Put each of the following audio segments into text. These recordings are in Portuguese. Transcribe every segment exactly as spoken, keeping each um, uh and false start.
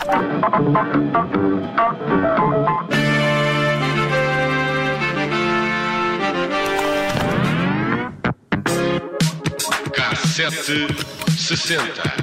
Cassete sessenta.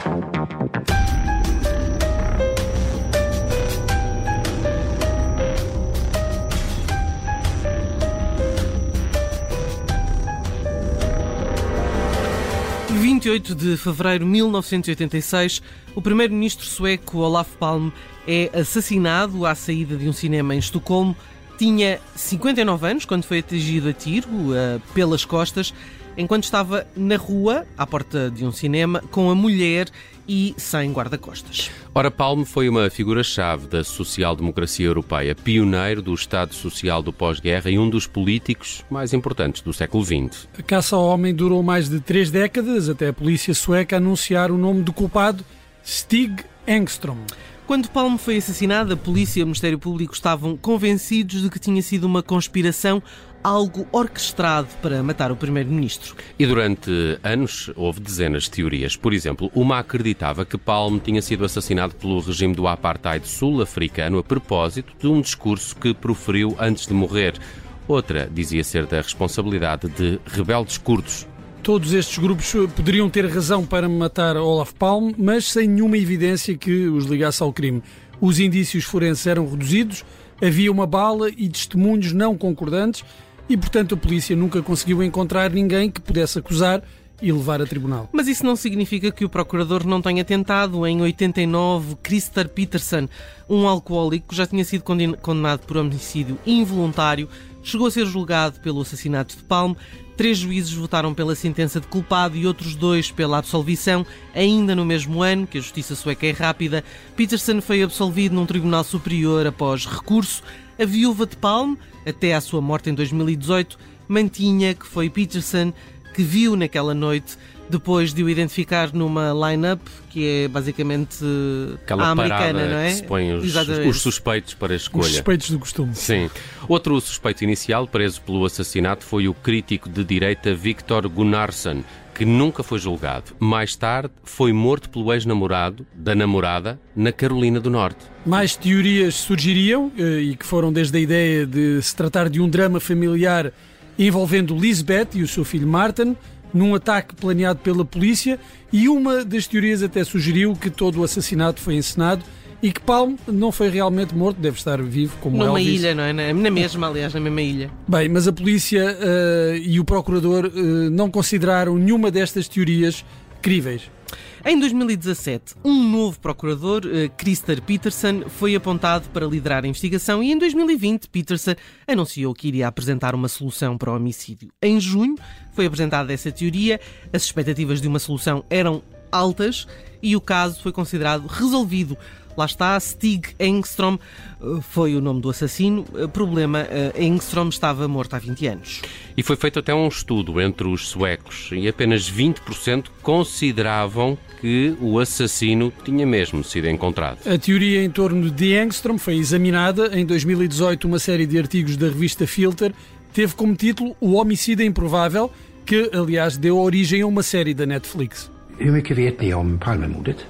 vinte e oito de fevereiro de mil novecentos e oitenta e seis, o primeiro-ministro sueco Olof Palme é assassinado à saída de um cinema em Estocolmo. Tinha cinquenta e nove anos quando foi atingido a tiro uh, pelas costas, enquanto estava na rua, à porta de um cinema, com a mulher e sem guarda-costas. Ora, Palme foi uma figura-chave da social-democracia europeia, pioneiro do Estado Social do pós-guerra e um dos políticos mais importantes do século vinte. A caça ao homem durou mais de três décadas, até a polícia sueca anunciar o nome do culpado, Stig Engström. Quando Palme foi assassinado, a polícia e o Ministério Público estavam convencidos de que tinha sido uma conspiração, algo orquestrado para matar o primeiro-ministro. E durante anos houve dezenas de teorias. Por exemplo, uma acreditava que Palme tinha sido assassinado pelo regime do apartheid sul-africano a propósito de um discurso que proferiu antes de morrer. Outra dizia ser da responsabilidade de rebeldes curdos. Todos estes grupos poderiam ter razão para matar Olof Palme, mas sem nenhuma evidência que os ligasse ao crime. Os indícios forenses eram reduzidos, havia uma bala e testemunhos não concordantes e, portanto, a polícia nunca conseguiu encontrar ninguém que pudesse acusar e levar a tribunal. Mas isso não significa que o procurador não tenha tentado. Em oitenta e nove, Christer Petersen, um alcoólico, já tinha sido condenado por homicídio involuntário, chegou a ser julgado pelo assassinato de Palme. Três juízes votaram pela sentença de culpado e outros dois pela absolvição. Ainda no mesmo ano, que a justiça sueca é rápida, Petersen foi absolvido num tribunal superior após recurso. A viúva de Palme, até à sua morte em dois mil e dezoito, mantinha que foi Petersen que viu naquela noite, depois de o identificar numa line-up, que é basicamente aquela a americana, não é? Que se põe os, os suspeitos para a escolha. Os suspeitos do costume. Sim. Outro suspeito inicial, preso pelo assassinato, foi o crítico de direita Victor Gunnarsson, que nunca foi julgado. Mais tarde, foi morto pelo ex-namorado da namorada na Carolina do Norte. Mais teorias surgiriam, e que foram desde a ideia de se tratar de um drama familiar envolvendo Lisbeth e o seu filho Martin, num ataque planeado pela polícia, e uma das teorias até sugeriu que todo o assassinato foi encenado e que Palme não foi realmente morto, deve estar vivo, como Numa Elvis. ilha, não é? Na mesma, aliás, na mesma ilha. Bem, mas a polícia uh, e o procurador uh, não consideraram nenhuma destas teorias críveis. Em dois mil e dezassete, um novo procurador, Christer Petersen, foi apontado para liderar a investigação e em dois mil e vinte Petersen anunciou que iria apresentar uma solução para o homicídio. Em junho foi apresentada essa teoria, as expectativas de uma solução eram altas e o caso foi considerado resolvido. Lá está, Stig Engström foi o nome do assassino. O problema, Engström estava morto há vinte anos. E foi feito até um estudo entre os suecos e apenas vinte por cento consideravam que o assassino tinha mesmo sido encontrado. A teoria em torno de Engström foi examinada. Em dois mil e dezoito, uma série de artigos da revista Filter teve como título O Homicida Improvável, que, aliás, deu origem a uma série da Netflix. Hur mycket vet ni om Palmemordet?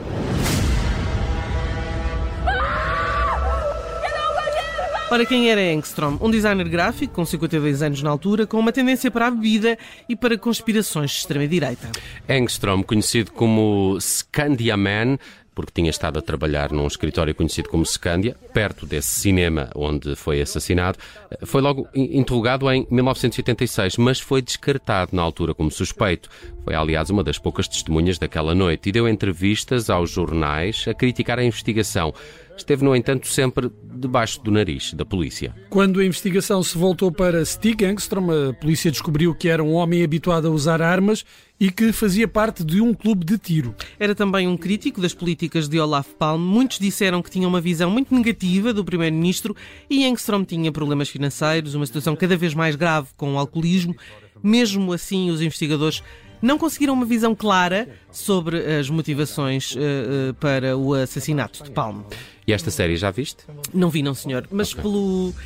Ora, quem era Engström? Um designer gráfico com cinquenta e dois anos na altura, com uma tendência para a bebida e para conspirações de extrema-direita. Engström, conhecido como Scandia Man, porque tinha estado a trabalhar num escritório conhecido como Scandia, perto desse cinema onde foi assassinado, foi logo interrogado em mil novecentos e oitenta e seis, mas foi descartado na altura como suspeito. Foi, aliás, uma das poucas testemunhas daquela noite e deu entrevistas aos jornais a criticar a investigação. Esteve, no entanto, sempre debaixo do nariz da polícia. Quando a investigação se voltou para Stig Engström, a polícia descobriu que era um homem habituado a usar armas e que fazia parte de um clube de tiro. Era também um crítico das políticas de Olof Palme. Muitos disseram que tinha uma visão muito negativa do primeiro-ministro e Engström tinha problemas financeiros, uma situação cada vez mais grave com o alcoolismo. Mesmo assim, os investigadores não conseguiram uma visão clara sobre as motivações uh, uh, para o assassinato de Palme. E esta série já viste? Não vi, não senhor, mas okay. pelo...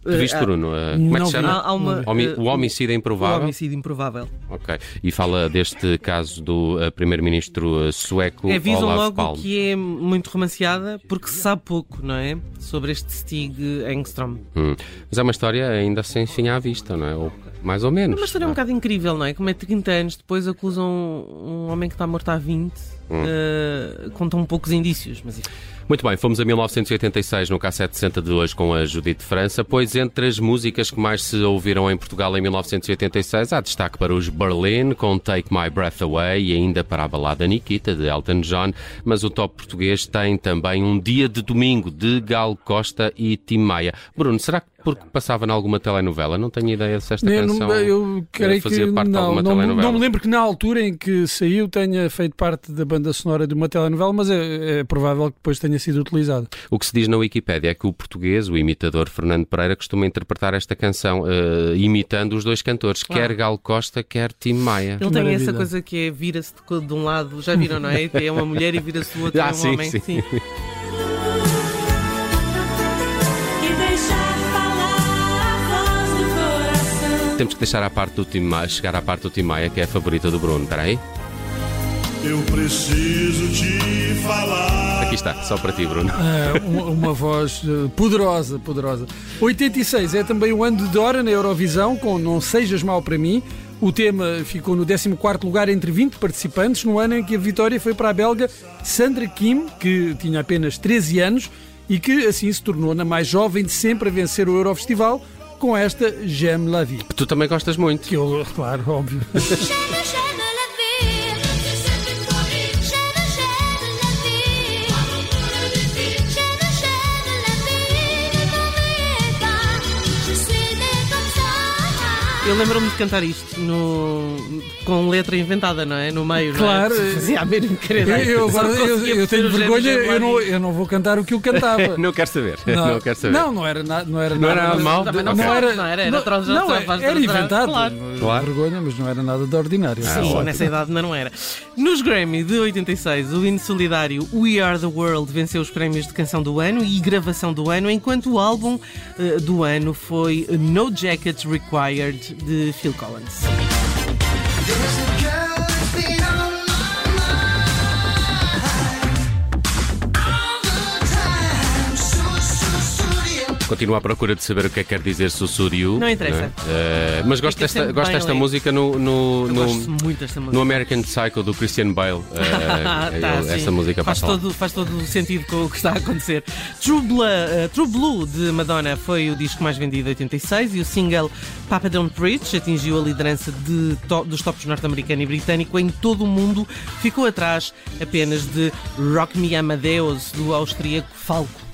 Tu viste, Bruno? Uh, como é que se chama? Há, há uma, Homi uh, o homicídio improvável? O homicídio improvável. Ok. E fala deste caso do uh, primeiro-ministro uh, sueco É, visam Olaf logo Palme. que é muito romanceada porque se sabe pouco, não é? Sobre este Stig Engström. Hum. Mas é uma história ainda sem fim à vista, não é? Ou mais ou menos. É uma história um bocado incrível, não é? Como é trinta anos depois acusam um homem que está morto há vinte, hum. uh, com tão poucos indícios, mas isso... Muito bem, fomos a mil novecentos e oitenta e seis no K setecentos e sessenta de hoje com a Judite França, pois entre as músicas que mais se ouviram em Portugal em mil novecentos e oitenta e seis há destaque para os Berlin com Take My Breath Away e ainda para a balada Nikita de Elton John, mas o top português tem também Um Dia de Domingo de Gal Costa e Tim Maia. Bruno, será que porque passava em alguma telenovela? Não tenho ideia se esta eu canção não, eu creio fazia que parte não, de alguma não, telenovela. Não me lembro que na altura em que saiu tenha feito parte da banda sonora de uma telenovela, mas é, é provável que depois tenha sido utilizado. O que se diz na Wikipédia é que o português, o imitador Fernando Pereira, costuma interpretar esta canção uh, imitando os dois cantores, ah. quer Gal Costa, quer Tim Maia. Ele tem essa coisa que é vira-se de, de um lado, já viram, não é? É uma mulher e vira-se do outro, ah, é um sim, homem. Sim. Sim. Temos que deixar a parte do Tim Maia, chegar à parte do Tim Maia, que é a favorita do Bruno. Espera aí. Eu preciso te falar. Aqui está, só para ti, Bruno. É, uma, uma voz poderosa, poderosa. oitenta e seis é também o ano de Dora na Eurovisão, com Não Sejas Mal Para Mim. O tema ficou no décimo quarto lugar entre vinte participantes, no ano em que a vitória foi para a belga Sandra Kim, que tinha apenas treze anos e que assim se tornou a mais jovem de sempre a vencer o Eurofestival, com esta J'aime la vie. Que tu também gostas muito. Que eu, claro, óbvio. Eu lembro-me de cantar isto no... com letra inventada, não é? No meio, claro, não é? Fazia a mesma querida. Eu, eu, eu, eu tenho vergonha, eu não, eu não vou cantar o que eu cantava. Não quero saber. Não, não quero saber. Não, não era, na, não era não nada. Era nada mal? Não, não, okay. não era, não era, era, não, troço, não, já era, era inventado. Claro. claro. Vergonha, mas não era nada de ordinário. Ah, Sim, ótimo. nessa idade ainda não era. Nos Grammy de oitenta e seis, o hino solidário We Are The World venceu os prémios de canção do ano e gravação do ano, enquanto o álbum uh, do ano foi No Jacket Required, de Phil Collins. Continuo à procura de saber o que é que quer dizer Sussuriu. Não interessa. Não é? uh, mas gosto é desta, gosto desta música no, no, Eu no, gosto muito desta música. no American Psycho do Christian Bale. Uh, tá, ele, essa música faz passa todo, faz todo o sentido com o que está a acontecer. True Blue, uh, True Blue de Madonna foi o disco mais vendido de oitenta e seis e o single Papa Don't Preach atingiu a liderança de to dos tops norte-americano e britânico em todo o mundo. Ficou atrás apenas de Rock Me Amadeus do austríaco Falco.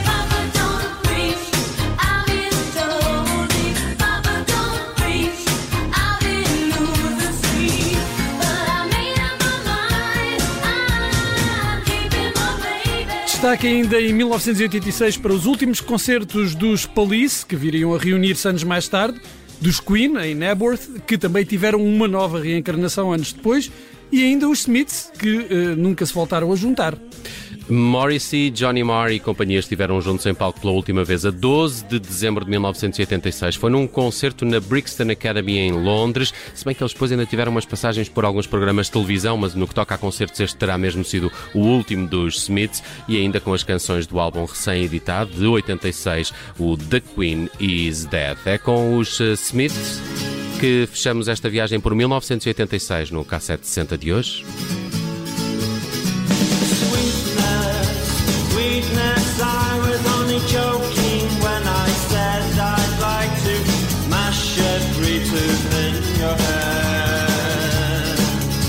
Destaque ainda em mil novecentos e oitenta e seis para os últimos concertos dos Police, que viriam a reunir-se anos mais tarde, dos Queen, em Nebworth, que também tiveram uma nova reencarnação anos depois, e ainda os Smiths, que uh, nunca se voltaram a juntar. Morrissey, Johnny Marr e companhia estiveram juntos em palco pela última vez a doze de dezembro de mil novecentos e oitenta e seis. Foi num concerto na Brixton Academy em Londres, se bem que eles depois ainda tiveram umas passagens por alguns programas de televisão, mas no que toca a concertos este terá mesmo sido o último dos Smiths, e ainda com as canções do álbum recém-editado de oitenta e seis, o The Queen Is Dead. É com os uh, Smiths que fechamos esta viagem por mil novecentos e oitenta e seis no K setecentos e sessenta de hoje. I was only joking when I said I'd like to mash every tooth in your head.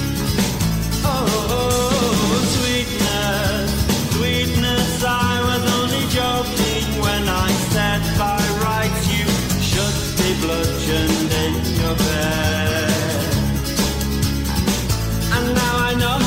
Oh, sweetness, sweetness, I was only joking when I said by rights you should be bludgeoned in your bed. And now I know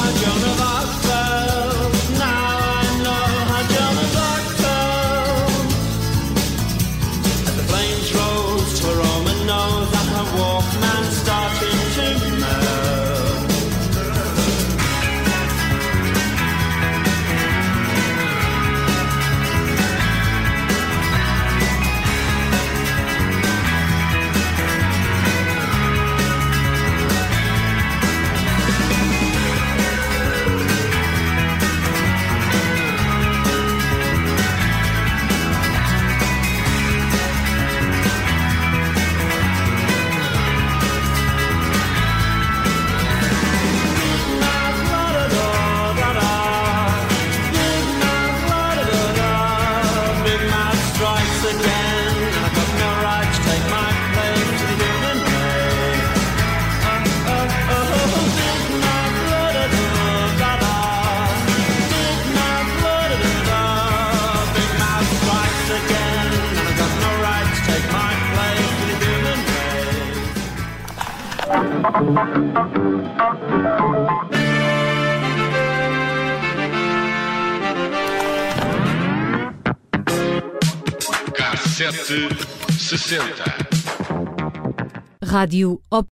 Cassete sessenta. Rádio